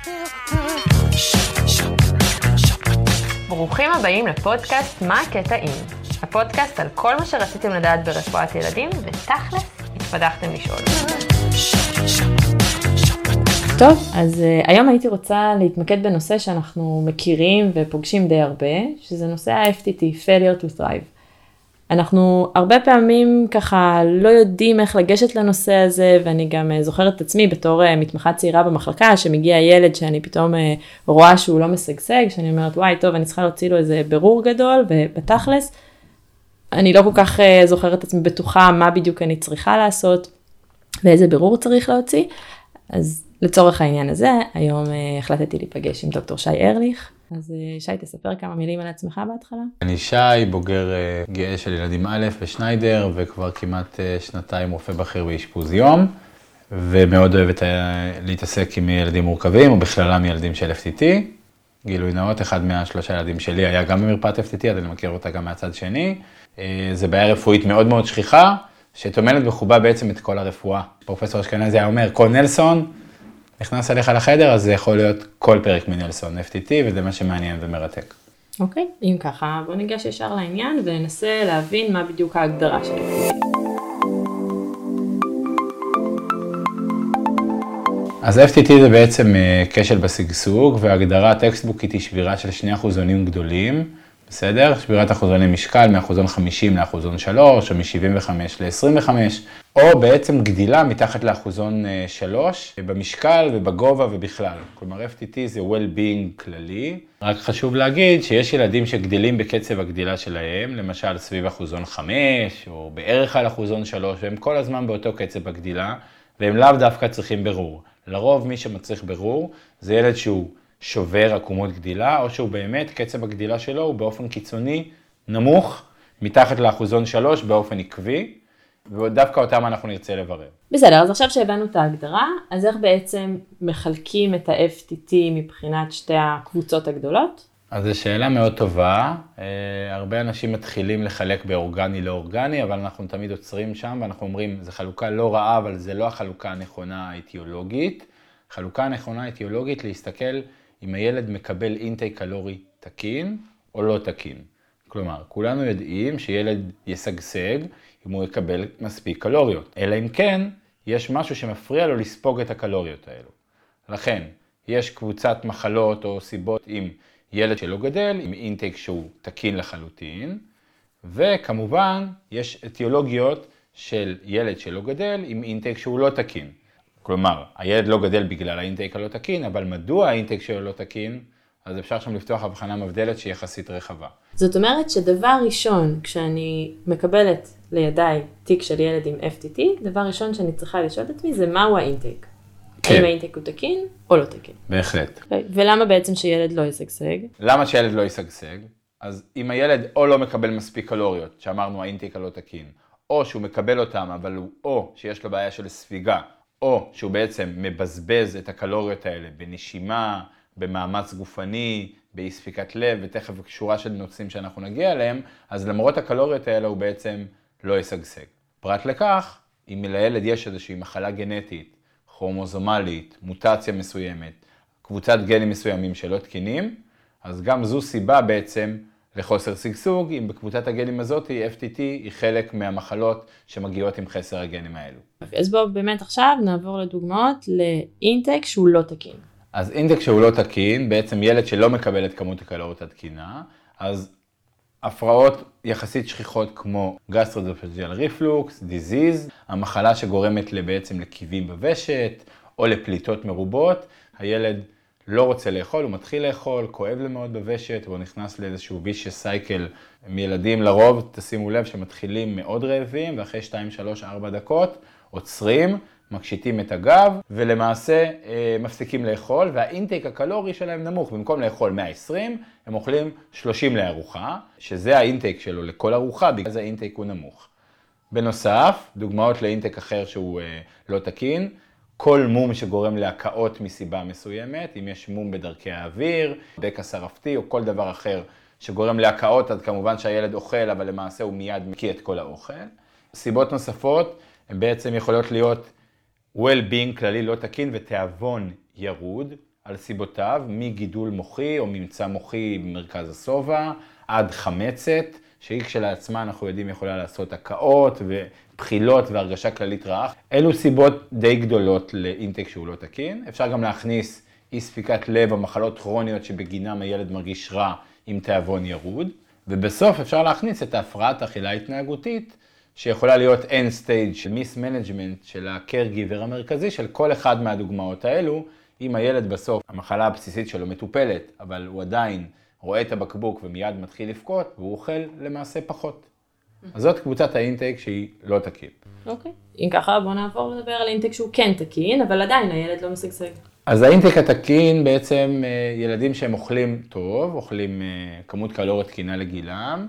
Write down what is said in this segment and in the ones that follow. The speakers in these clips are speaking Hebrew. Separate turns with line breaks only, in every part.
ברוכים הבאים לפודקאסט מה הקטע אם. הפודקאסט על כל מה שרציתם לדעת ברפואת ילדים, ותכלס התפתחתם לשאול. טוב, אז היום הייתי רוצה להתמקד בנושא שאנחנו מכירים ופוגשים די הרבה, שזה נושא ה-FTT, Failure to Thrive. אנחנו הרבה פעמים ככה לא יודעים איך לגשת לנושא הזה, ואני גם זוכרת את עצמי בתור מתמחה צעירה במחלקה, שמגיע ילד שאני פתאום רואה שהוא לא משגשג, שאני אומרת, וואי, טוב, אני צריכה להוציא לו איזה בירור גדול, ובתכלס, אני לא כל כך זוכרת את עצמי בטוחה מה בדיוק אני צריכה לעשות, ואיזה בירור צריך להוציא. אז לצורך העניין הזה, היום החלטתי להיפגש עם דוקטור שי ארליך. אז שי, תספר כמה מילים על עצמך בהתחלה.
אני שי, בוגר גאה של ילדים א' בשניידר, וכבר כמעט שנתיים רופא בכיר באשפוז יום, ומאוד אוהבת להתעסק עם ילדים מורכבים, ובכללם ילדים של FTT. גילוי נאות, אחד מהשלושה ילדים שלי היה גם במרפאת FTT, אז אני מכיר אותה גם מהצד שני. זה בעיה רפואית מאוד מאוד שכיחה, שתומנת בחובה בעצם את כל הרפואה. פרופסור אשכנזי היה אומר, כל נלסון נכנס אליך לחדר, אז זה יכול להיות כל פרק מנלסון FTT, וזה מה שמעניין ומרתק.
אוקיי, אם ככה, בוא ניגש ישר לעניין, וננסה להבין מה בדיוק ההגדרה של FTT.
אז FTT זה בעצם כשל בשגשוג, וההגדרה הטקסטבוקית היא שבירה של שני אחוזונים גדולים, בסדר? שבירת אחוזוני משקל מאחוזון 50 לאחוזון 3, או מ-75 ל-25, או בעצם גדילה מתחת לאחוזון 3, במשקל ובגובה ובכלל. כלומר, FTT זה well-being כללי. רק חשוב להגיד שיש ילדים שגדילים בקצב הגדילה שלהם, למשל סביב אחוזון 5, או בערך על אחוזון 3, והם כל הזמן באותו קצב הגדילה, והם לאו דווקא צריכים ברור. לרוב מי שמצריך ברור זה ילד שהוא שובר עקומות גדילה, או שהוא באמת, קצב הגדילה שלו הוא באופן קיצוני נמוך, מתחת לאחוזון 3 באופן עקבי, ודווקא אותם אנחנו נרצה לברר.
בסדר, אז עכשיו שהבנו את ההגדרה, אז איך בעצם מחלקים את ה-FTT מבחינת שתי הקבוצות הגדולות?
אז זו שאלה מאוד טובה. הרבה אנשים מתחילים לחלק באורגני לא אורגני, אבל אנחנו תמיד עוצרים שם, ואנחנו אומרים, זו חלוקה לא רעה, אבל זה לא החלוקה הנכונה האיטיולוגית. חלוקה הנכונה האיטיולוגית להסתכל אם הילד מקבל אינטייק קלורי תקין או לא תקין. כלומר, כולנו יודעים שילד ישגשג אם הוא יקבל מספיק קלוריות. אלא אם כן, יש משהו שמפריע לו לספוג את הקלוריות האלו. לכן, יש קבוצת מחלות או סיבות עם ילד שלא גדל, עם אינטייק שהוא תקין לחלוטין, וכמובן, יש אטיולוגיות של ילד שלא גדל עם אינטייק שהוא לא תקין. כלומר, הילד לא גדל בגלל האינטייק הלא תקין, אבל מדוע האינטייק שלו לא תקין, אז אפשר שם לפתוח הבחנה מבדלת שהיא יחסית רחבה. זאת
אומרת שדבר ראשון, כשאני מקבלת לידיי תיק של ילד עם FTT, דבר ראשון שאני צריכה לשאול את עצמי זה מהו האינטייק. כן. האם האינטייק הוא תקין או לא תקין.
בהחלט.
ולמה בעצם שילד לא ישגשג?
למה שילד לא ישגשג? אז אם הילד או לא מקבל מספיק קלוריות, שאמרנו האינטייק הלא תקין, או שהוא מקבל אותם, אבל הוא או שיש לו בעיה של ספיגה, או שהוא בעצם מבזבז את הקלוריות האלה בנשימה, במאמץ גופני, באי ספיקת לב, ותכף שורה של נושאים שאנחנו נגיע אליהם, אז למרות הקלוריות האלה הוא בעצם לא ישגשג. פרט לכך, אם לילד יש איזושהי מחלה גנטית, כרומוזומלית, מוטציה מסוימת, קבוצת גנים מסוימים שלא תקינים, אז גם זו סיבה בעצם לחוסר שגשוג, אם בקבוצת הגנים הזאת FTT היא חלק מהמחלות שמגיעות עם חסר הגנים האלו.
אז בואו באמת עכשיו נעבור לדוגמאות לאינטייק שהוא לא תקין.
אז אינטייק שהוא לא תקין, בעצם ילד שלא מקבל את כמות הקלוריות התקינה, אז הפרעות יחסית שכיחות כמו גסטרואזופג'יאל ריפלוקס, דיזיז, המחלה שגורמת בעצם לקיבים בוושט או לפליטות מרובות, הילד לא רוצה לאכול, הוא מתחיל לאכול, כואב לו מאוד בוושט, והוא נכנס לאיזשהו vicious cycle מילדים לרוב, תשימו לב שמתחילים מאוד רעבים, ואחרי 2, 3, 4 דקות עוצרים, מקשיטים את הגב, ולמעשה מפסיקים לאכול, והאינטייק הקלורי שלהם נמוך, במקום לאכול 120, הם אוכלים 30 לארוחה, שזה האינטייק שלו לכל ארוחה, בגלל זה האינטייק הוא נמוך. בנוסף, דוגמאות לאינטייק אחר שהוא לא תקין, כל מום שגורם להקאות מסיבה מסוימת, אם יש מום בדרכי האוויר, בקע שרפתי או כל דבר אחר שגורם להקאות, אז כמובן שהילד אוכל, אבל למעשה הוא מיד מקיא את כל האוכל. סיבות נוספות, הן בעצם יכולות להיות well-being כללי לא תקין ותיאבון ירוד. על סיבותיו, מגידול מוחי או ממצא מוחי במרכז הסובה, עד חמצת, שהיא כשלעצמה אנחנו יודעים יכולה לעשות הקאות ובחילות והרגשה כללית רעה. אלו סיבות די גדולות לאינטק שהוא לא תקין. אפשר גם להכניס אי ספיקת לב או מחלות כרוניות שבגינם הילד מרגיש רע עם תיאבון ירוד. ובסוף אפשר להכניס את ההפרעת אכילה התנהגותית, שיכולה להיות end stage של מיס-מנג'מנט של ה-caregiver המרכזי של כל אחד מהדוגמאות האלו. אם הילד בסוף, המחלה הבסיסית שלו מטופלת, אבל הוא עדיין רואה את הבקבוק ומיד מתחיל לבכות, והוא אוכל למעשה פחות. אז זאת קבוצת האינטק שהיא לא תקין.
אוקיי. אם ככה בוא נעבור לדבר על אינטק שהוא כן תקין, אבל עדיין הילד לא משגשג.
אז האינטק התקין בעצם ילדים שהם אוכלים טוב, אוכלים כמות קלוריות תקינה לגילם,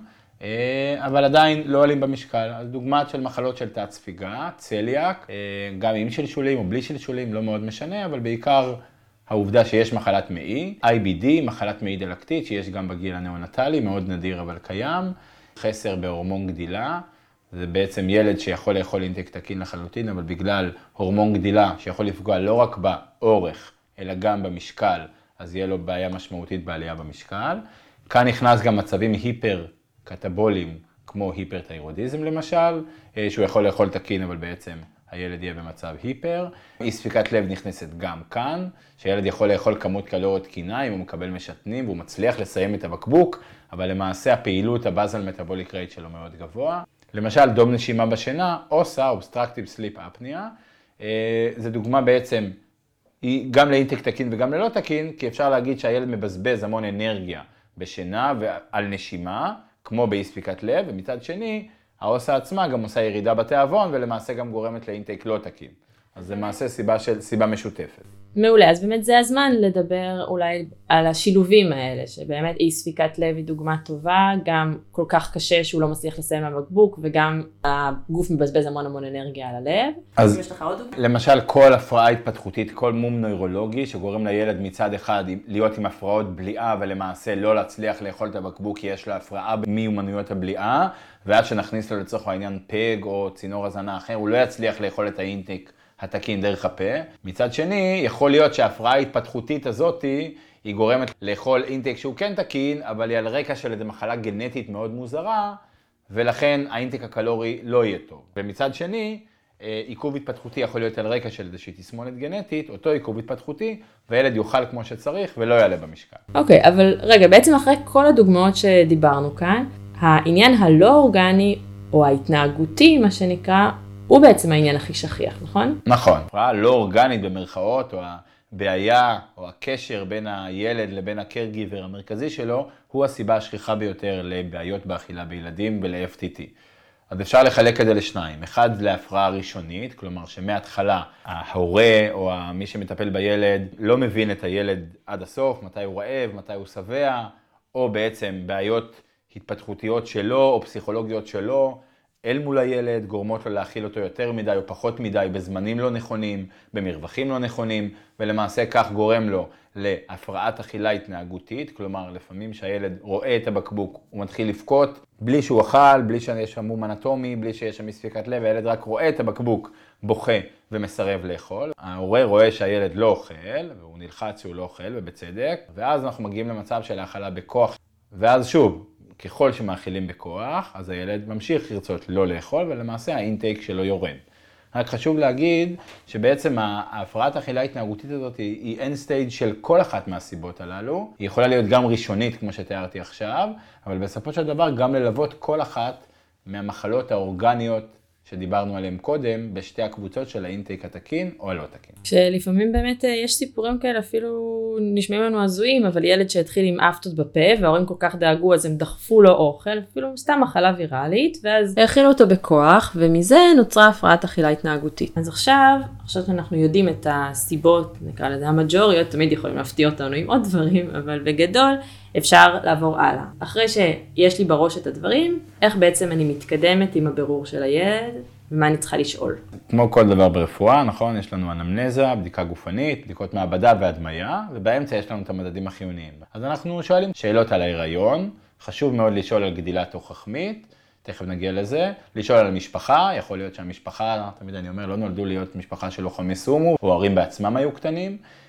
אבל עדיין לא עולים במשקל. אז דוגמת של מחלות של תת ספיגה, צליאק, גם עם שלשולים או בלי שלשולים, לא מאוד משנה, אבל בעיקר העובדה שיש מחלת מעי, IBD, מחלת מעי דלקתית, שיש גם בגיל הנאונטלי, מאוד נדיר אבל קיים, חסר בהורמון גדילה, זה בעצם ילד שיכול לאכול אינטק תקין לחלוטין, אבל בגלל הורמון גדילה שיכול לפגוע לא רק באורך, אלא גם במשקל, אז יהיה לו בעיה משמעותית בעלייה במשקל. כאן נכנס גם מצבים היפר-קטבוליים, כמו היפרתיירודיזם למשל, שהוא יכול לאכול תקין, אבל בעצם הילד יהיה במצב היפר. אי ספיקת לב נכנסת גם כאן, שהילד יכול לאכול כמות קלוריות תקינה אם הוא מקבל משתנים והוא מצליח לסיים את הבקבוק, אבל למעשה הפעילות הבאזל מטאבוליק רייט שלו מאוד גבוה. למשל דום נשימה בשינה, אוסה, Obstructive Sleep Apnea, זה דוגמה בעצם, היא גם לאינטק תקין וגם ללא תקין, כי אפשר להגיד שהילד מבזבז המון אנרגיה בשינה ועל נשימה, כמו באי ספיקת לב, ומצד שני, האוסה עצמה גם עושה ירידה בתיאבון, ולמעשה גם גורמת לאינטק לא תקין. אז זה למעשה סיבה משותפת.
מעולה, אז באמת זה הזמן לדבר אולי על השילובים האלה, שבאמת אי ספיקת לב היא דוגמה טובה, גם כל כך קשה שהוא לא מצליח לסיים מהבקבוק, וגם הגוף מבזבז המון אנרגיה על הלב.
אז
יש לך עוד דוגמה?
למשל כל הפרעה התפתחותית, כל מום נוירולוגי שגורם לילד מצד אחד להיות עם הפרעות בליעה, ולמעשה לא להצליח לאכול את הבקבוק, כי יש לה הפרעה מיומנויות הבליעה, ועד שנכניס לו לצורך העניין פג או צינור הזנה אחר, הוא לא יצליח לאכול את האינטק התקין דרך הפה. מצד שני, יכול להיות שההפרעה ההתפתחותית הזאת היא גורמת לאכול אינטק שהוא כן תקין, אבל היא על רקע של איזו מחלה גנטית מאוד מוזרה, ולכן האינטק הקלורי לא יהיה טוב. ומצד שני, עיכוב התפתחותי יכול להיות על רקע של איזושהי תסמונת גנטית, אותו עיכוב התפתחותי, וילד יאכל כמו שצריך ולא יעלה במשקל.
אוקיי, אבל רגע, בעצם אחרי כל הדוגמאות שדיברנו כאן, העניין הלא אורגני, או ההתנהגותי, מה שנקרא, הוא בעצם העניין הכי שכיח, נכון?
נכון. הפרעה לא אורגנית במרכאות, או הבעיה, או הקשר בין הילד לבין הקרגיבר המרכזי שלו, הוא הסיבה השכיחה ביותר לבעיות באכילה בילדים ול-FTT. אז אפשר לחלק את זה לשניים. אחד להפרעה ראשונית, כלומר שמההתחלה ההורה או מי שמטפל בילד לא מבין את הילד עד הסוף, מתי הוא רעב, מתי הוא שבע, או בעצם בעיות התפתחותיות שלו או פסיכולוגיות שלו, אל מול הילד, גורמות לו להכיל אותו יותר מדי או פחות מדי בזמנים לא נכונים, במרווחים לא נכונים, ולמעשה כך גורם לו להפרעת אכילה התנהגותית, כלומר לפעמים שהילד רואה את הבקבוק, הוא מתחיל לבכות, בלי שהוא אכל, בלי שיש שם מום אנטומי, בלי שיש שם ספיקת לב, הילד רק רואה את הבקבוק, בוכה ומסרב לאכול. ההורה רואה שהילד לא אוכל, והוא נלחץ שהוא לא אוכל, ובצדק, ואז אנחנו מגיעים למצב של האכלה בכוח, ואז שוב, ככל שמאכילים בכוח, אז הילד ממשיך לרצות לא לאכול, ולמעשה האינטייק שלו יורד. רק חשוב להגיד שבעצם ההפרעת האכילה ההתנהגותית הזאת היא end stage של כל אחת מהסיבות הללו. היא יכולה להיות גם ראשונית, כמו שתיארתי עכשיו, אבל בסופו של דבר גם ללוות כל אחת מהמחלות האורגניות שדיברנו עליהם קודם, בשתי הקבוצות של האינטייק התקין או הלא תקין.
שלפעמים באמת יש סיפורים כאלה, אפילו נשמעים לנו הזויים, אבל ילד שהתחיל עם אפטות בפה, וההורים כל כך דאגו, אז הם דחפו לו אוכל, אפילו סתם מחלה ויראלית, ואז האכילו אותו בכוח, ומזה נוצרה הפרעת אכילה התנהגותית. אז עכשיו אנחנו יודעים את הסיבות, נקרא לזה המג'וריות, תמיד יכולים להפתיע אותנו עם עוד דברים, אבל בגדול אפשר לעבור הלאה. אחרי שיש לי בראש את הדברים, איך בעצם אני מתקדמת עם הבירור של הילד, ומה אני צריכה לשאול.
כמו כל דבר ברפואה, נכון? יש לנו אנמנזה, בדיקה גופנית, בדיקות מעבדה והדמיה, ובאמצע יש לנו את המדדים החיוניים. אז אנחנו שואלים שאלות על ההיריון, חשוב מאוד לשאול על גדילה תוך-רחמית, תכף נגיע לזה, לשאול על המשפחה, יכול להיות שהמשפחה, תמיד אני אומר, לא נולדו להיות משפחה של לוחמי סומו, או הורים בעצמם היו קטנים,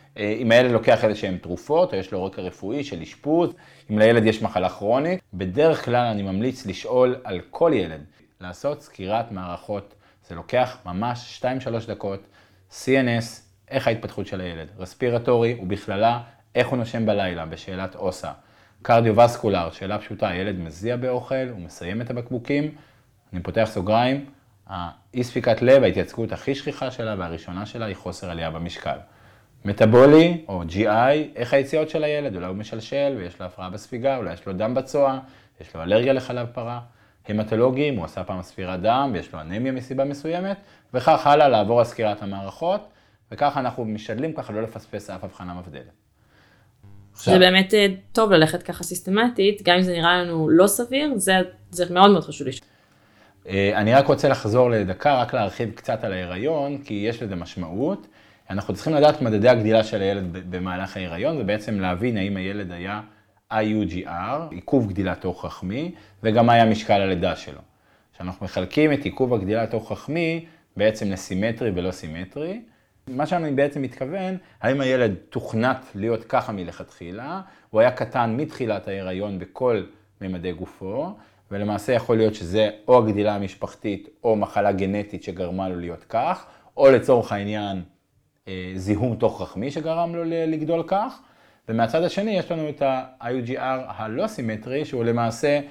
אם הילד לוקח איזשהם תרופות, או יש לו רקע רפואי של אשפוז, אם לילד יש מחלה כרונית, בדרך כלל אני ממליץ לשאול על כל ילד, לעשות סקירת מערכות. זה לוקח ממש 2-3 דקות, CNS, איך ההתפתחות של הילד, רספירטורי ובכללה, איך הוא נושם בלילה, בשאלת אוסה. קרדיו-וסקולר, שאלה פשוטה, הילד מזיע באוכל, הוא מסיים את הבקבוקים, אני פותח סוגריים, האי ספיקת לב, ההתייצגות הכי שכיחה שלה והראשונה שלה היא חוסר עלייה במשקל. מטאבולי או GI, איך היציאות של הילד, אולי הוא משלשל ויש לו הפרעה בספיגה, אולי יש לו דם בצוע, יש לו אלרגיה לחלב פרה. המטולוגים, הוא עשה פעם ספירת דם ויש לו אנמיה מסיבה מסוימת, וכך הלאה לעבור על סקירת המערכות, וככה אנחנו משתדלים ככה לא לפספס אף הבחנה מבדלת.
זה באמת טוב ללכת ככה סיסטמטית, גם אם זה נראה לנו לא סביר, זה מאוד מאוד חשוב לשאול.
אני רק רוצה לחזור לדקה, רק להרחיב קצת על ההיריון, כי יש לזה משמעות. אנחנו צריכים לדעת מדדי הגדילה של הילד במהלך ההיריון, ובעצם להבין האם הילד היה IUGR, עיכוב גדילה תוך רחמי, וגם מה היה משקל הלידה שלו. כשאנחנו מחלקים את עיכוב הגדילה תוך רחמי, בעצם לסימטרי ולא סימטרי. מה שאני בעצם מתכוון, האם הילד תוכנת להיות ככה מלכתחילה, הוא היה קטן מתחילת ההיריון בכל ממדי גופו, ולמעשה יכול להיות שזה או הגדילה המשפחתית או מחלה גנטית שגרמה לו להיות כך, או לצורך העניין זיהום תוך רחמי שגרם לו לגדול כך, ומהצד השני יש לנו את ה-IUGR הלא סימטרי, שהוא למעשה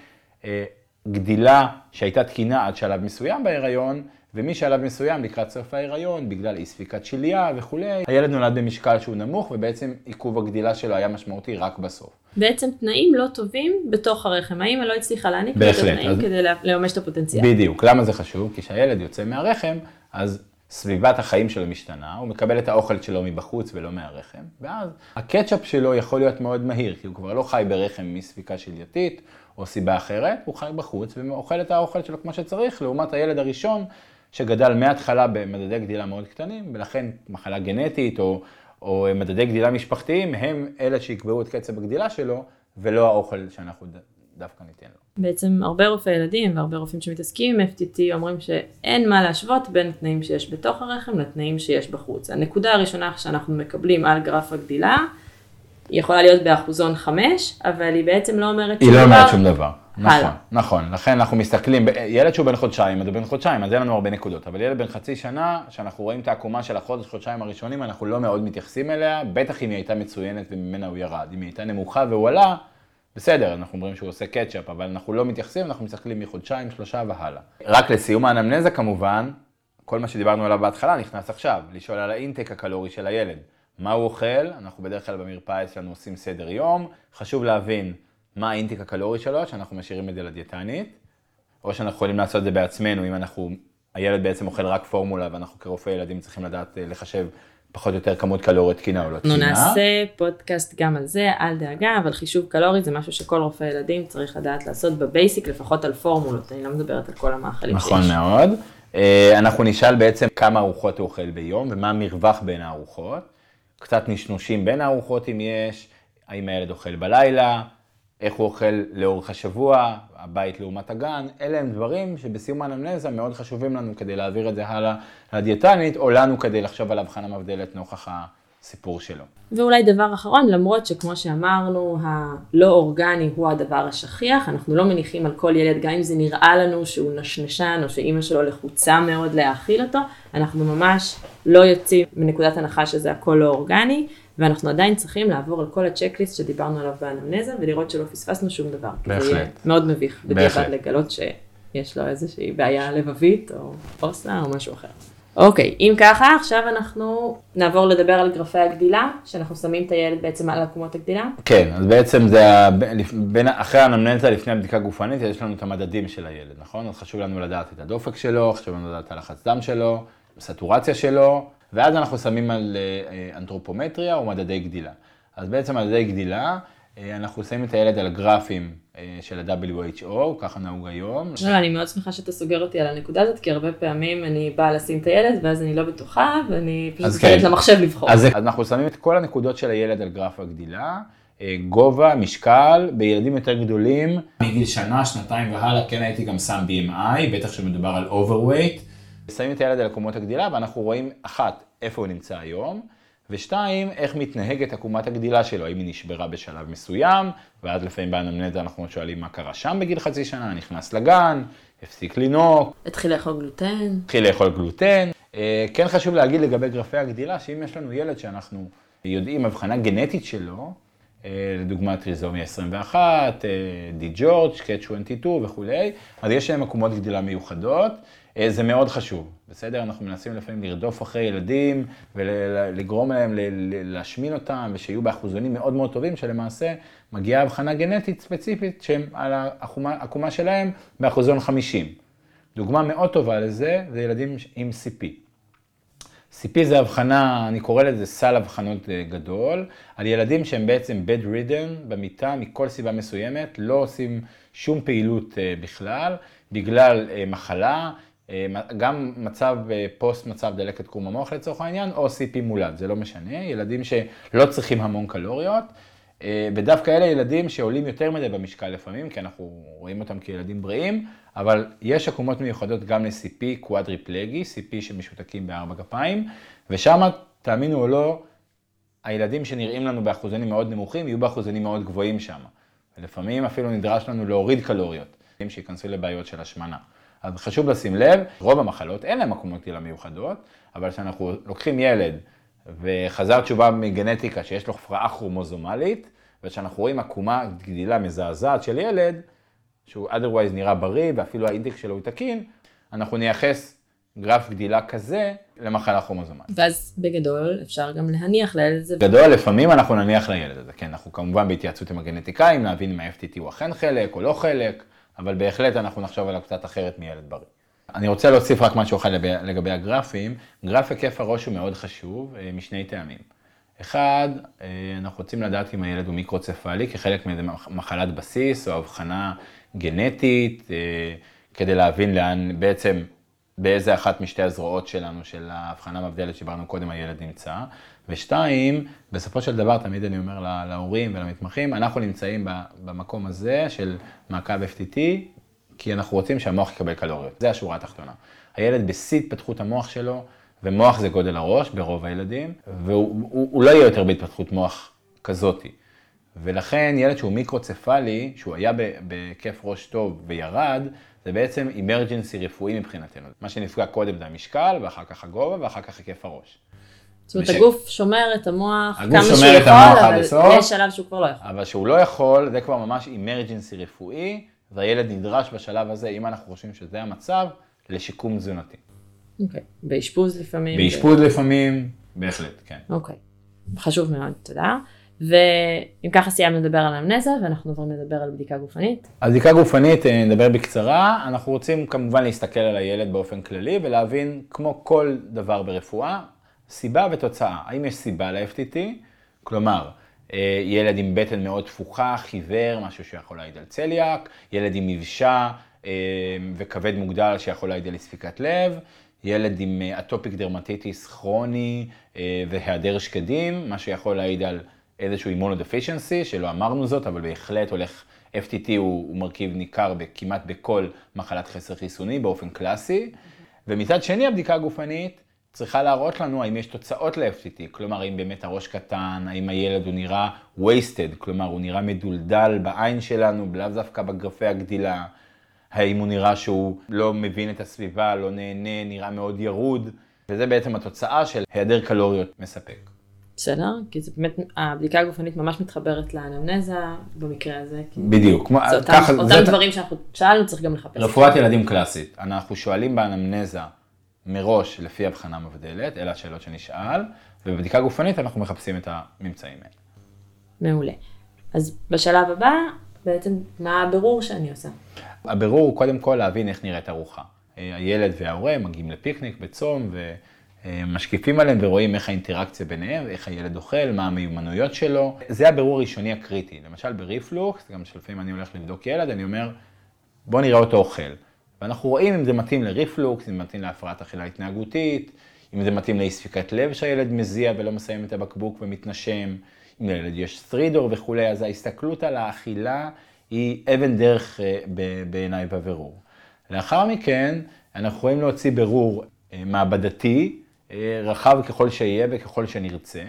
גדילה שהייתה תקינה עד שלב מסוים בהיריון, ומשלב מסוים לקראת סוף ההיריון, בגלל אי ספיקת שליה וכו', הילד נולד במשקל שהוא נמוך, ובעצם עיכוב הגדילה שלו היה משמעותי רק בסוף.
בעצם תנאים לא טובים בתוך הרחם, האמא לא הצליחה להעניק את התנאים כדי לממש את הפוטנציאל.
בדיוק, למה זה חשוב? כי כשהילד יוצא מהרחם, אז סביבת החיים שלו משתנה, הוא מקבל את האוכל שלו מבחוץ ולא מהרחם, ואז הקטשאפ שלו יכול להיות מאוד מהיר, כי הוא כבר לא חי ברחם מספיקה שלייתית או סיבה אחרת, הוא חי בחוץ ואוכל את האוכל שלו כמו שצריך, לעומת הילד הראשון שגדל מההתחלה במדדי גדילה מאוד קטנים, ולכן מחלה גנטית או מדדי גדילה משפחתיים, הם אלה שיקבעו את קצב הגדילה שלו, ולא האוכל שאנחנו דווקא ניתן לו.
בעצם הרבה רופאי ילדים והרבה רופאים שמתעסקים עם FTT אומרים שאין מה להשוות בין התנאים שיש בתוך הרחם לתנאים שיש בחוץ. הנקודה הראשונה שאנחנו מקבלים על גרף הגדילה, היא יכולה להיות באחוזון 5, אבל היא בעצם לא אומרת
שום דבר. היא לא אומרת שום דבר. נכון, נכון. לכן אנחנו מסתכלים, ילד שהוא בן חודשיים, אז הוא בן חודשיים, אז אין לנו הרבה נקודות, אבל ילד בן חצי שנה, שאנחנו רואים את העקומה של החודש-חודשיים הראשונים, אנחנו לא מאוד מתייחסים אליה, בטח אם היא הייתה מצוינת וממנה הוא ירד. אם היא הייתה נמוכה והוא עלה, בסדר, אנחנו אומרים שהוא עושה קטשאפ, אבל אנחנו לא מתייחסים, אנחנו מסתכלים מחודשיים, 3 והלאה. רק לסיום האנמנזה כמובן, כל מה שדיברנו עליו בהתחלה נכנס עכשיו, לשאול על האינטק הקלורי של הילד. מה הוא אוכל? אנחנו בדרך כלל במרפאה שלנו עושים סדר יום, חשוב להבין מה האינטק הקלורי שלו, שאנחנו משאירים את זה לדיאטנית, או שאנחנו יכולים לעשות את זה בעצמנו, אם הילד בעצם אוכל רק פורמולה, ואנחנו כרופאי ילדים צריכים לדעת לחשב פחות או יותר כמות קלוריות תקינה או לא תקינה.
אנחנו נעשה פודקאסט גם על זה, אל דאגה, אבל חישוב קלורי זה משהו שכל רופא ילדים צריך לדעת לעשות בבייסיק, לפחות על פורמולות, אני לא מדברת על כל המאכלים שיש.
נכון מאוד. אנחנו נשאל בעצם כמה ארוחות הוא אוכל ביום, ומה המרווח בין הארוחות. קצת נשנושים בין הארוחות אם יש, האם הילד אוכל בלילה, איך הוא אוכל לאורך השבוע, הבית לעומת הגן, אלה הם דברים שבסיום האנמנזה מאוד חשובים לנו כדי להעביר את זה הלאה לדיאטנית, או לנו כדי לחשוב על הבחנה מבדלת נוכח הסיפור שלו.
ואולי דבר אחרון, למרות שכמו שאמרנו, הלא אורגני הוא הדבר השכיח, אנחנו לא מניחים על כל ילד, גם אם זה נראה לנו שהוא נשנשן, או שאמא שלו לחוצה מאוד להאכיל אותו, אנחנו ממש לא יוצאים מנקודת הנחה שזה הכל לא אורגני, ואנחנו עדיין צריכים לעבור על כל הצ'קליסט שדיברנו עליו באנמנזה, ולראות שלא פספסנו שום דבר.
בהחלט.
זה מאוד מביך בדיעבד לגלות שיש לו איזושהי בעיה לבבית, או אוסה, או משהו אחר. אוקיי, אם ככה, עכשיו אנחנו נעבור לדבר על גרפי הגדילה, שאנחנו שמים את הילד בעצם על עקומות הגדילה.
כן, אז בעצם זה אחרי האנמנזה, לפני הבדיקה גופנית, יש לנו את המדדים של הילד, נכון? אז חשוב לנו לדעת את הדופק שלו, חשוב לנו לדעת את הלחץ דם שלו, סטורציה שלו, ואז אנחנו שמים על אנתרופומטריה או מדדי גדילה. אז בעצם מדדי גדילה, אנחנו שמים את הילד על גרפים של ה-WHO, ככה נהוג היום.
לא, אני מאוד שמחה שאתה סוגר אותי על הנקודה הזאת, כי הרבה פעמים אני באה לשים את הילד, ואז אני לא בטוחה, ואני פשוט מתחילת למחשב לבחור.
אז אנחנו שמים את כל הנקודות של הילד על גרף הגדילה, גובה, משקל, בילדים יותר גדולים. מגיל שנה, שנתיים והלאה, כן הייתי גם שם BMI, בטח שמדובר על overweight. שמים את הילד על עקומות הגדילה, ואנחנו רואים איפה הוא נמצא היום, ושתיים, איך מתנהגת עקומת הגדילה שלו, האם היא נשברה בשלב מסוים, ואז לפעמים באנמנזה אנחנו שואלים מה קרה שם בגיל חצי שנה, נכנס לגן, הפסיק לנהוג.
התחיל לאכול גלוטן.
כן חשוב להגיד לגבי גרפי הגדילה, שאם יש לנו ילד שאנחנו יודעים הבחנה גנטית שלו, לדוגמה טריזומיה 21, די ג'ורג', קאץ' 22 וכולי, אז יש להם עקומות גדילה מיוחדות, זה מאוד חשוב, בסדר? אנחנו מנסים לפעמים לרדוף אחרי ילדים ולגרום להם להשמין אותם ושיהיו באחוזונים מאוד מאוד טובים, שלמעשה מגיעה הבחנה גנטית ספציפית שהם על העקומה שלהם באחוזון 50. דוגמה מאוד טובה לזה, זה ילדים עם CP. CP זה הבחנה, אני קורא לזה סל הבחנות גדול, על ילדים שהם בעצם bedridden במיטה מכל סיבה מסוימת, לא עושים שום פעילות בכלל, בגלל מחלה, גם מצב פוסט מצב דלקת קרום המוח לצורך העניין, או CP מולד, זה לא משנה, ילדים שלא צריכים המון קלוריות, ודווקא אלה ילדים שעולים יותר מדי במשקל לפעמים, כי אנחנו רואים אותם כילדים בריאים, אבל יש עקומות מיוחדות גם ל-CP קוואדריפלגי, CP שמשותקים בארבע גפיים, ושם, תאמינו או לא, הילדים שנראים לנו באחוזנים מאוד נמוכים, יהיו באחוזנים מאוד גבוהים שם. ולפעמים אפילו נדרש לנו להוריד קלוריות, שיכנסו לבעיות של השמנה. אז חשוב לשים לב, רוב המחלות אין להם עקומות גדילה מיוחדות, אבל כשאנחנו לוקחים ילד וחזר תשובה מגנטיקה שיש לו הפרעה כרומוזומלית, וכשאנחנו רואים עקומה גדילה מזעזעת של ילד, שהוא otherwise נראה בריא ואפילו האינדקס שלו הוא תקין, אנחנו נייחס גרף גדילה כזה למחלה כרומוזומלית.
ואז בגדול אפשר גם להניח לילד הזה.
גדול, לפעמים אנחנו נניח לילד הזה, כן, אנחנו כמובן בהתייעצות עם הגנטיקאים, להבין אם ה-FTT הוא אכן חלק או לא חלק, אבל בהחלט אנחנו נחשוב עליו קצת אחרת מילד בריא. אני רוצה להוסיף רק משהו אחד לגבי הגרפים. גרף היקף הראש הוא מאוד חשוב משני טעמים. אחד, אנחנו רוצים לדעת אם הילד הוא מיקרוצפלי כחלק ממחלת בסיס או הבחנה גנטית, כדי להבין לאן בעצם, באיזה אחת משתי הזרועות שלנו, של ההבחנה מבדלת שברנו קודם, הילד נמצא. ושתיים, בסופו של דבר, תמיד אני אומר להורים ולמתמחים, אנחנו נמצאים במקום הזה של מעקב FTT, כי אנחנו רוצים שהמוח יקבל קלוריות. זה השורה התחתונה. הילד בשיא התפתחות המוח שלו, ומוח זה גודל הראש ברוב הילדים, והוא לא יהיה יותר בהתפתחות מוח כזאתי. ולכן ילד שהוא מיקרוצפלי, שהוא היה בכיף ראש טוב וירד, זה בעצם אמרג'נסי רפואי מבחינתנו. מה שנפגע קודם זה המשקל, ואחר כך הגובה, ואחר כך היקף הראש.
זאת אומרת, הגוף שומר את המוח
כמה שהוא יכול, אבל
יש שלב שהוא כבר לא יכול.
אבל שהוא לא יכול, זה כבר ממש אמרג'נסי רפואי, והילד נדרש בשלב הזה, אם אנחנו חושבים שזה המצב, לשיקום תזונתי.
אוקיי. באשפוז לפעמים?
באשפוז לפעמים, בהחלט, כן.
אוקיי. חשוב מאוד, תודה. ואם ככה סיימנו לדבר על האנמנזה, ואנחנו עוברים לדבר על בדיקה גופנית.
על בדיקה גופנית נדבר בקצרה. אנחנו רוצים כמובן להסתכל על הילד באופן כללי, ולהבין, כמו כל דבר ברפואה, סיבה ותוצאה. האם יש סיבה ל-FTT? כלומר, ילד עם בטן מאוד תפוחה, חיוור, משהו שיכול להעיד על צליאק, ילד עם מבשה וכבד מוגדל שיכול להעיד על ספיקת לב, ילד עם אטופיק דרמטיטיס כרוני והיעדר שקדים, מה שיכול להעיד על איזשהו אימונודפישינסי, שלא אמרנו זאת, אבל בהחלט הולך, FTT הוא מרכיב ניכר כמעט בכל מחלת חסר חיסוני באופן קלאסי, ומצד שני הבדיקה הגופנית צריכה להראות לנו האם יש תוצאות ל-FTT, כלומר האם באמת הראש קטן, האם הילד הוא נראה wasted, כלומר הוא נראה מדולדל בעין שלנו, לאו דווקא בגרפי הגדילה, האם הוא נראה שהוא לא מבין את הסביבה, לא נהנה, נראה מאוד ירוד, וזה בעצם התוצאה של היעדר קלוריות מספק.
בסדר, כי זה באמת, הבדיקה הגופנית ממש מתחברת לאנמנזה במקרה הזה.
בדיוק.
זה אותם דברים שאנחנו שאלנו, צריך גם לחפש.
רפואת ילדים קלאסית. אנחנו שואלים באנמנזה מראש לפי הבחנה מבדלת, אלה השאלות שנשאל, ובבדיקה גופנית אנחנו מחפשים את הממצאים האלה.
מעולה. אז בשלב הבא, בעצם מה הבירור שאני עושה?
הבירור הוא קודם כל להבין איך נראית ארוחה. הילד וההורה מגיעים לפיקניק בצום ומשקיפים עליהם ורואים איך האינטראקציה ביניהם, איך הילד אוכל, מה המיומנויות שלו. זה הבירור הראשוני הקריטי. למשל בריפלוקס, גם שלפעמים אני הולך לבדוק ילד, אני אומר, בוא נראה אותו אוכל. ואנחנו רואים אם זה מתאים לריפלוקס, אם זה מתאים להפרעת אכילה התנהגותית, אם זה מתאים לאי ספיקת לב שהילד מזיע ולא מסיים את הבקבוק ומתנשם, אם לילד יש סטרידור וכולי, אז ההסתכלות על האכילה היא אבן דרך בעיניי בבירור. לאחר מכן, אנחנו יכולים להוציא בירור מעבדתי, רחב ככל שיהיה וככל שנרצה,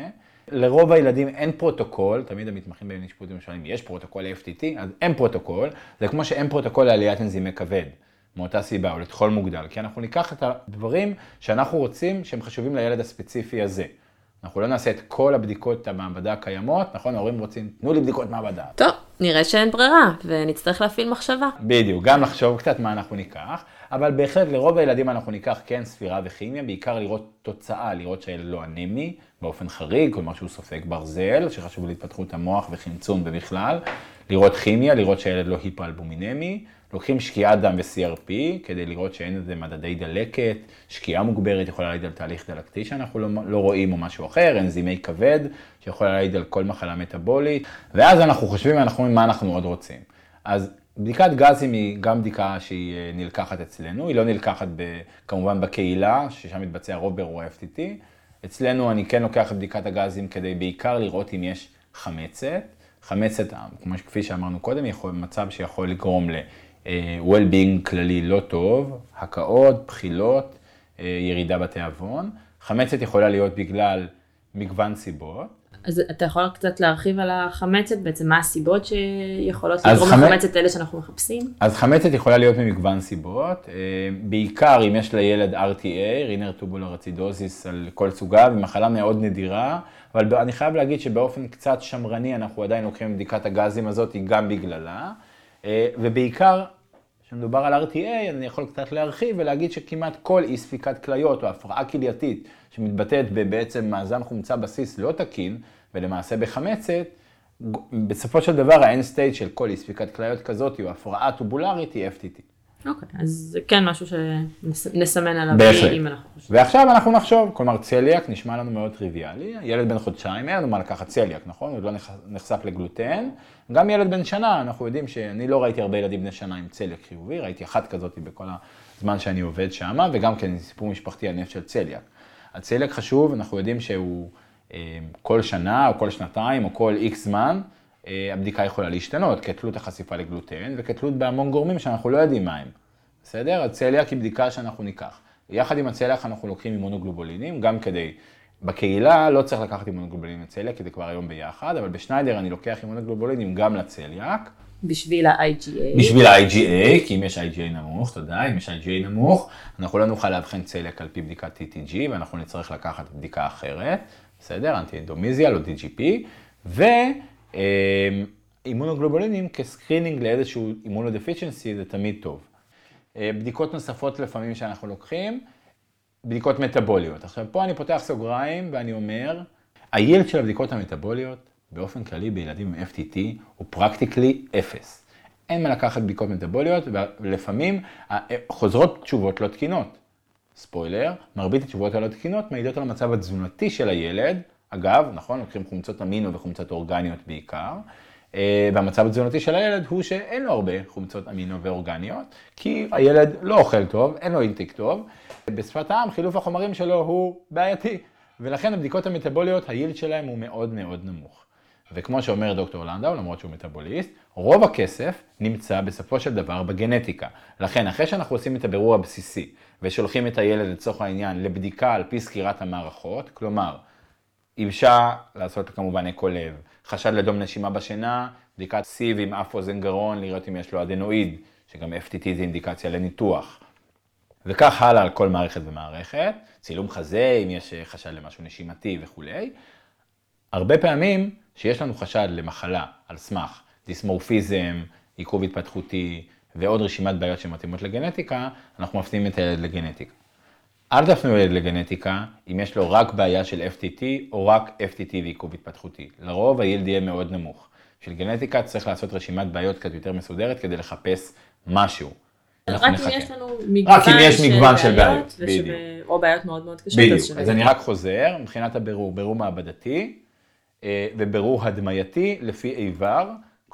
לרוב הילדים אין פרוטוקול, תמיד המתמחים באשפוזים שואלים, יש פרוטוקול ל-FTT? אז אין פרוטוקול, זה כמו שאין פרוטוקול לעליית אנזימי כבד, מאותה סיבה, או לטחול מוגדל, כי אנחנו ניקח את הדברים שאנחנו רוצים שהם חשובים לילד הספציפי הזה. אנחנו לא נעשה את כל הבדיקות המעבדה הקיימות, נכון? ההורים רוצים, תנו לי בדיקות מעבדה.
טוב, נראה שאין ברירה, ונצטרך להפעיל מחשבה.
בדיוק, גם לחשוב קצת מה אנחנו ניקח, אבל בהחלט לרוב הילדים אנחנו ניקח כן ספירה וכימיה, בעיקר לראות תוצאה, לראות שהילד לא אנמי, באופן חריג, כלומר שהוא סופג ברזל, שחשוב להתפתחות המוח וחמצון ובכלל, לראות כימיה, לראות שהילד לא היפואלבומינמי, לוקחים שקיעת דם ו-CRP, כדי לראות שאין איזה מדדי דלקת, שקיעה מוגברת יכולה להעיד על תהליך דלקתי שאנחנו לא רואים או משהו אחר, אנזימי כבד, שיכולה להעיד על כל מחלה מטאבולית, ואז אנחנו חושבים מה אנחנו עוד רוצים. אז בדיקת גזים היא גם בדיקה שהיא נלקחת אצלנו, היא לא נלקחת כמובן בקהילה, ששם מתבצע רוב בירור ה-FTT. אצלנו אני כן לוקח את בדיקת הגזים כדי בעיקר לראות אם יש חמצת. חמצת, כפי שאמרנו קודם, מצב שיכול לגרום ל-well-being כללי לא טוב, הקאות, בחילות, ירידה בתיאבון. חמצת יכולה להיות בגלל מגוון סיבות.
אז אתה יכול קצת להרחיב על החמצת, בעצם מה הסיבות שיכולות לגרום לחמצת אלה שאנחנו מחפשים?
אז חמצת יכולה להיות ממגוון סיבות, בעיקר אם יש לילד RTA, רינר טובולר אצידוזיס על כל סוגיו, היא מחלה מאוד נדירה, אבל אני חייב להגיד שבאופן קצת שמרני אנחנו עדיין לוקחים בדיקת הגזים הזאת, היא גם בגללה, ובעיקר, כשמדובר על RTA, אני יכול קצת להרחיב ולהגיד שכמעט כל אי ספיקת כליות או הפרעה כלייתית שמתבטאת בעצם מאזן חומצה בסיס לא תקין, ולמעשה בחמצת, בסופו של דבר האנד סטייג' של כל אי ספיקת כליות כזאת או הפרעה טובולרית היא FTT.
אוקיי, אז זה כן משהו שנסמן עליו אם אנחנו חושבים.
ועכשיו אנחנו נחשוב, כלומר צליאק נשמע לנו מאוד טריוויאלי, ילד בן חודשיים, אין לנו מה לקחת צליאק, נכון? הוא לא נחשף לגלוטן. גם ילד בן שנה, אנחנו יודעים שאני לא ראיתי הרבה ילדים בני שנה עם צליאק חיובי, ראיתי אחת כזאת בכל הזמן שאני עובד שם, וגם כן סיפור משפחתי על נפט של צליאק. הצליאק חשוב, אנחנו יודעים שהוא כל שנה או כל שנתיים או כל X זמן, הבדיקה יכולה להשתנות כתלות החשיפה לגלוטן וכתלות בהמון גורמים שאנחנו לא יודעים מה הם. בסדר? הצליאק היא בדיקה שאנחנו ניקח. יחד עם הצליאק אנחנו לוקחים אימונוגלובולינים, גם כדי, בקהילה לא צריך לקחת אימונוגלובולינים לצליאק, כי זה כבר היום ביחד, אבל בשניידר אני לוקח אימונוגלובולינים גם לצליאק.
בשביל ה-IgA.
בשביל ה-IgA, כי אם יש IgA נמוך, תודה, אם יש IgA נמוך, אנחנו לא נוכל להבחן צליאק על פי בדיקת TTG, ואנחנו נצטרך לקחת בדיקה אחרת, בסדר? אנטי-אנדומזיאל או DGP, אימונוגלובולינים כסקרינינג לאיזשהו אימונודפיציאנסי זה תמיד טוב. בדיקות נוספות לפעמים שאנחנו לוקחים, בדיקות מטאבוליות. עכשיו פה אני פותח סוגריים ואני אומר, היילד של הבדיקות המטאבוליות באופן כללי בילדים עם FTT הוא פרקטיקלי 0. אין מה לקחת בדיקות מטאבוליות ולפעמים חוזרות תשובות לא תקינות. ספוילר, מרבית התשובות הלא תקינות מעידות על המצב התזונתי של הילד. אגב, נכון, לוקחים חומצות אמינו וחומצות אורגניות בעיקר, והמצב התזונתי של הילד הוא שאין לו הרבה חומצות אמינו ואורגניות, כי הילד לא אוכל טוב, אין לו אינטק טוב, בשפת העם חילוף החומרים שלו הוא בעייתי, ולכן הבדיקות המטאבוליות, היילד שלהם הוא מאוד מאוד נמוך. וכמו שאומר דוקטור לנדאו, למרות שהוא מטאבוליסט, רוב הכסף נמצא בסופו של דבר בגנטיקה. לכן, אחרי שאנחנו עושים את הבירור הבסיסי, ושולחים את הילד לצורך העניין לבדיקה על פי סקירת המערכות, כלומר, אישה לעשות כמובן אקו לב, חשד לדום נשימה בשינה, בדיקת סיב עם אף אוזן גרון, לראות אם יש לו אדנואיד, שגם FTT זה אינדיקציה לניתוח. וכך הלאה על כל מערכת ומערכת, צילום חזה, אם יש חשד למשהו נשימתי וכו'. הרבה פעמים שיש לנו חשד למחלה על סמך דיסמורפיזם, עיכוב התפתחותי ועוד רשימת בעיות שמתאימות לגנטיקה, אנחנו מפנים את הילד לגנטיקה. אל תפנו ילד לגנטיקה אם יש לו רק בעיה של FTT או רק FTT ועיכוב התפתחותי. לרוב הילד יהיה מאוד נמוך. של גנטיקה צריך לעשות רשימת בעיות קצת יותר מסודרת כדי לחפש משהו.
רק אם יש לנו מגוון של בעיות, או בעיות מאוד מאוד קשות.
בדיוק, אז אני רק חוזר, מבחינת הבירור, בירור מעבדתי ובירור הדמייתי לפי איבר,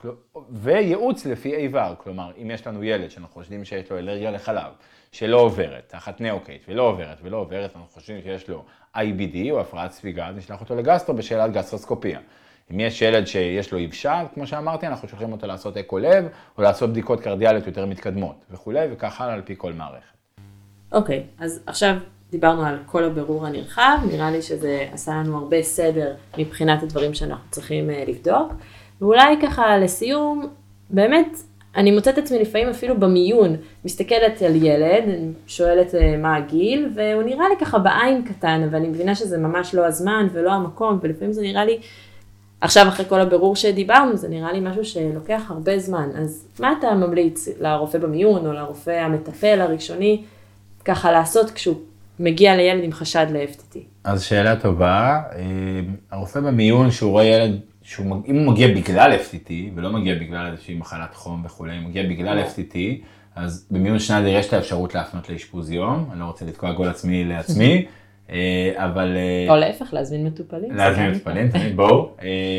וייעוץ לפי איבר. כלומר, אם יש לנו ילד שאנחנו חושדים שיש לו אלרגיה לחלב, שלא עוברת, תחת נאוקייט, ולא עוברת, אנחנו חושבים שיש לו IBD או הפרעת ספיגה, נשלח אותו לגסטרו בשאלת גסטרוסקופיה. אם יש ילד שיש לו יבשה, כמו שאמרתי, אנחנו שולחים אותו לעשות אקו לב, או לעשות בדיקות קרדיאליות יותר מתקדמות, וכו', וכך הלאה על פי כל מערכת.
אוקיי, אז עכשיו דיברנו על כל הבירור הנרחב, נראה לי שזה עשה לנו הרבה סדר מבחינת הדברים שאנחנו צריכים לבדוק, ואולי ככה לסיום, באמת, אני מוצאת עצמי לפעמים אפילו במיון, מסתכלת על ילד, שואלת מה הגיל, והוא נראה לי ככה בעין קטן, אבל אני מבינה שזה ממש לא הזמן ולא המקום, ולפעמים זה נראה לי, עכשיו אחרי כל הבירור שדיברנו, זה נראה לי משהו שלוקח הרבה זמן. אז מה אתה ממליץ לרופא במיון או לרופא המטפל הראשוני, ככה לעשות כשהוא מגיע לילד עם חשד ל-FTT?
אז שאלה טובה, הרופא במיון שהוא רואה ילד, אם הוא מגיע בגלל FTT, ולא מגיע בגלל איזושהי מחלת חום וכו', הוא מגיע בגלל FTT, אז במיון שניידר יש את האפשרות להפנות לאשפוז יום, אני לא רוצה לתקוע גול עצמי לעצמי, אבל...
או להפך, להזמין מטופלים.
להזמין מטופלים, תמיד בואו.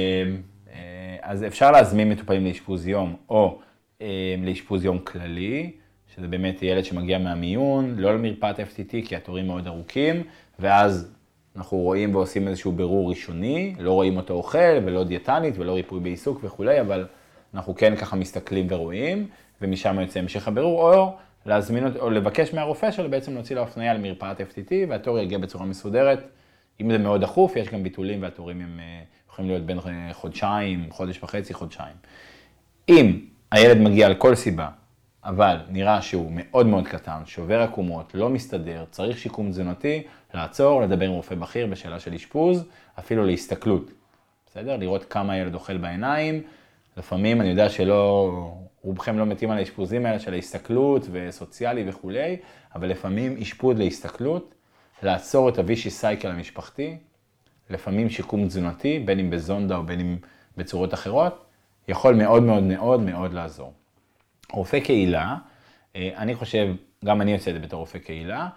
אז אפשר להזמין מטופלים לאשפוז יום, או לאשפוז יום כללי, שזה באמת ילד שמגיע מהמיון, לא למרפאת FTT, כי התורים מאוד ארוכים, ואז אנחנו רואים ועושים איזשהו בירור ראשוני, לא רואים אותו אוכל, ולא דיאטנית, ולא ריפוי בעיסוק וכו', אבל אנחנו כן ככה מסתכלים ורואים, ומשם יוצא המשך הבירור, או להזמין אותו, או לבקש מהרופא שלו בעצם להוציא לו הפניה למרפאת FTT, והתור יגיע בצורה מסודרת. אם זה מאוד דחוף, יש גם ביטולים, והתורים הם יכולים להיות בין חודשיים, חודש וחצי, חודשיים. אם הילד מגיע על כל סיבה, אבל נראה שהוא מאוד מאוד קטן, שובר עקומות, לא מסתדר, צריך שיקום תזונתי, לעצור, לדבר עם רופא בכיר בשאלה של אשפוז, אפילו להסתכלות. בסדר? לראות כמה הילד אוכל בעיניים. לפעמים אני יודע רובכם לא מתים על האשפוזים האלה של ההסתכלות וסוציאלי וכו', אבל לפעמים אשפוז להסתכלות, לעצור את הווישי סייקל המשפחתי, לפעמים שיקום תזונתי, בין אם בזונדה או בין אם בצורות אחרות, יכול מאוד מאוד מאוד מאוד לעזור. רופא קהילה, אני חושב, גם אני יוצא את זה בתור רופא קהילה,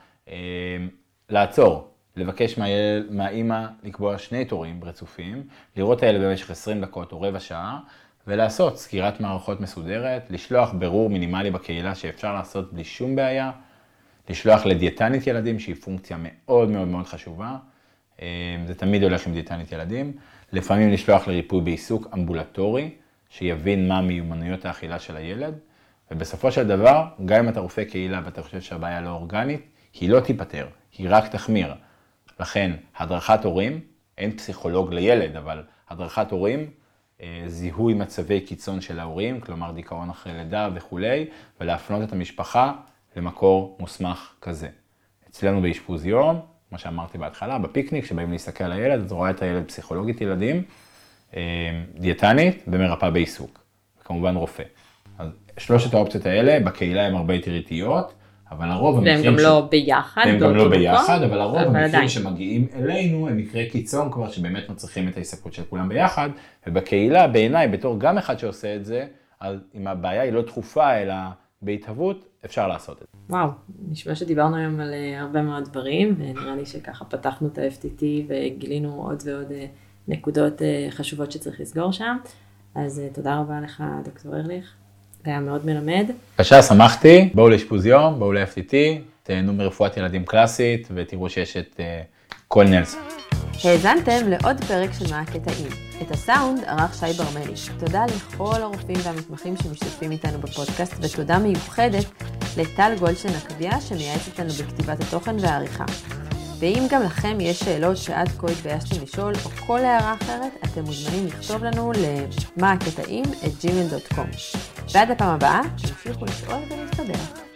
לעצור, לבקש מהאימא לקבוע 2 תורים רצופים, לראות את הילד במשך 20 דקות או רבע שעה, ולעשות סקירת מערכות מסודרת, לשלוח בירור מינימלי בקהילה שאפשר לעשות בלי שום בעיה, לשלוח לדיאטנית ילדים שהיא פונקציה מאוד מאוד מאוד חשובה, זה תמיד הולך עם דיאטנית ילדים, לפעמים לשלוח לריפוי בעיסוק אמבולטורי, שיבין מה מיומנויות האכילה של הילד, ובסופו של דבר, גם אם אתה רופא קהילה ואתה חושב שהבעיה לא אורגנית, היא לא תיפטר, היא רק תחמיר. לכן, הדרכת הורים, אין פסיכולוג לילד, אבל הדרכת הורים, זיהוי מצבי קיצון של ההורים, כלומר דיכאון אחרי לידה וכו', ולהפנות את המשפחה למקור מוסמך כזה. אצלנו באשפוז יום, כמו שאמרתי בהתחלה, בפיקניק, שבאים להסתכל על הילד, אז רואה את הילד פסיכולוגית ילדים, דיאטנית ומרפאה בעיסוק, וכמובן רופא. אז 3 האופציות האלה, בקהילה הן הרבה יותר איטיות, אבל הרוב המקרים...
והם גם לא ביחד.
והם גם לא ביחד, אבל הרוב המקרים שמגיעים אלינו הם מקרי קיצון כבר שבאמת מצריכים את ההסתכלות של כולם ביחד, ובקהילה בעיניי, בתור גם אחד שעושה את זה, אז אם הבעיה היא לא דחופה אלא בהתהוות, אפשר לעשות את זה.
וואו, נשמע שדיברנו היום על הרבה מאוד דברים, ונראה לי שככה פתחנו את ה-FTT וגילינו עוד ועוד נקודות חשובות שצריך לסגור שם. אז תודה רבה לך, דוקטור ארליך. זה היה מאוד מלמד.
בבקשה, שמחתי. בואו לאשפוז יום, בואו ל-FTT, תהנו מרפואת ילדים קלאסית, ותראו שיש את כל נלס.
האזנתם לעוד פרק של מה הקטעים. את הסאונד ערך שי ברמלי. תודה לכל הרופאים והמתמחים שמשתתפים איתנו בפודקאסט, ותודה מיוחדת לטל גולדשטיין עקביה שמייעצת לנו בכתיבת התוכן והעריכה. ואם גם לכם יש שאלות שעד כה התביישתם לשאול, או כל הערה אחרת, אתם מוזמנים לכתוב לנו ל-maaketאים@gmail.com. ועד הפעם הבאה, תמשיכו לשאול ולהסתדר.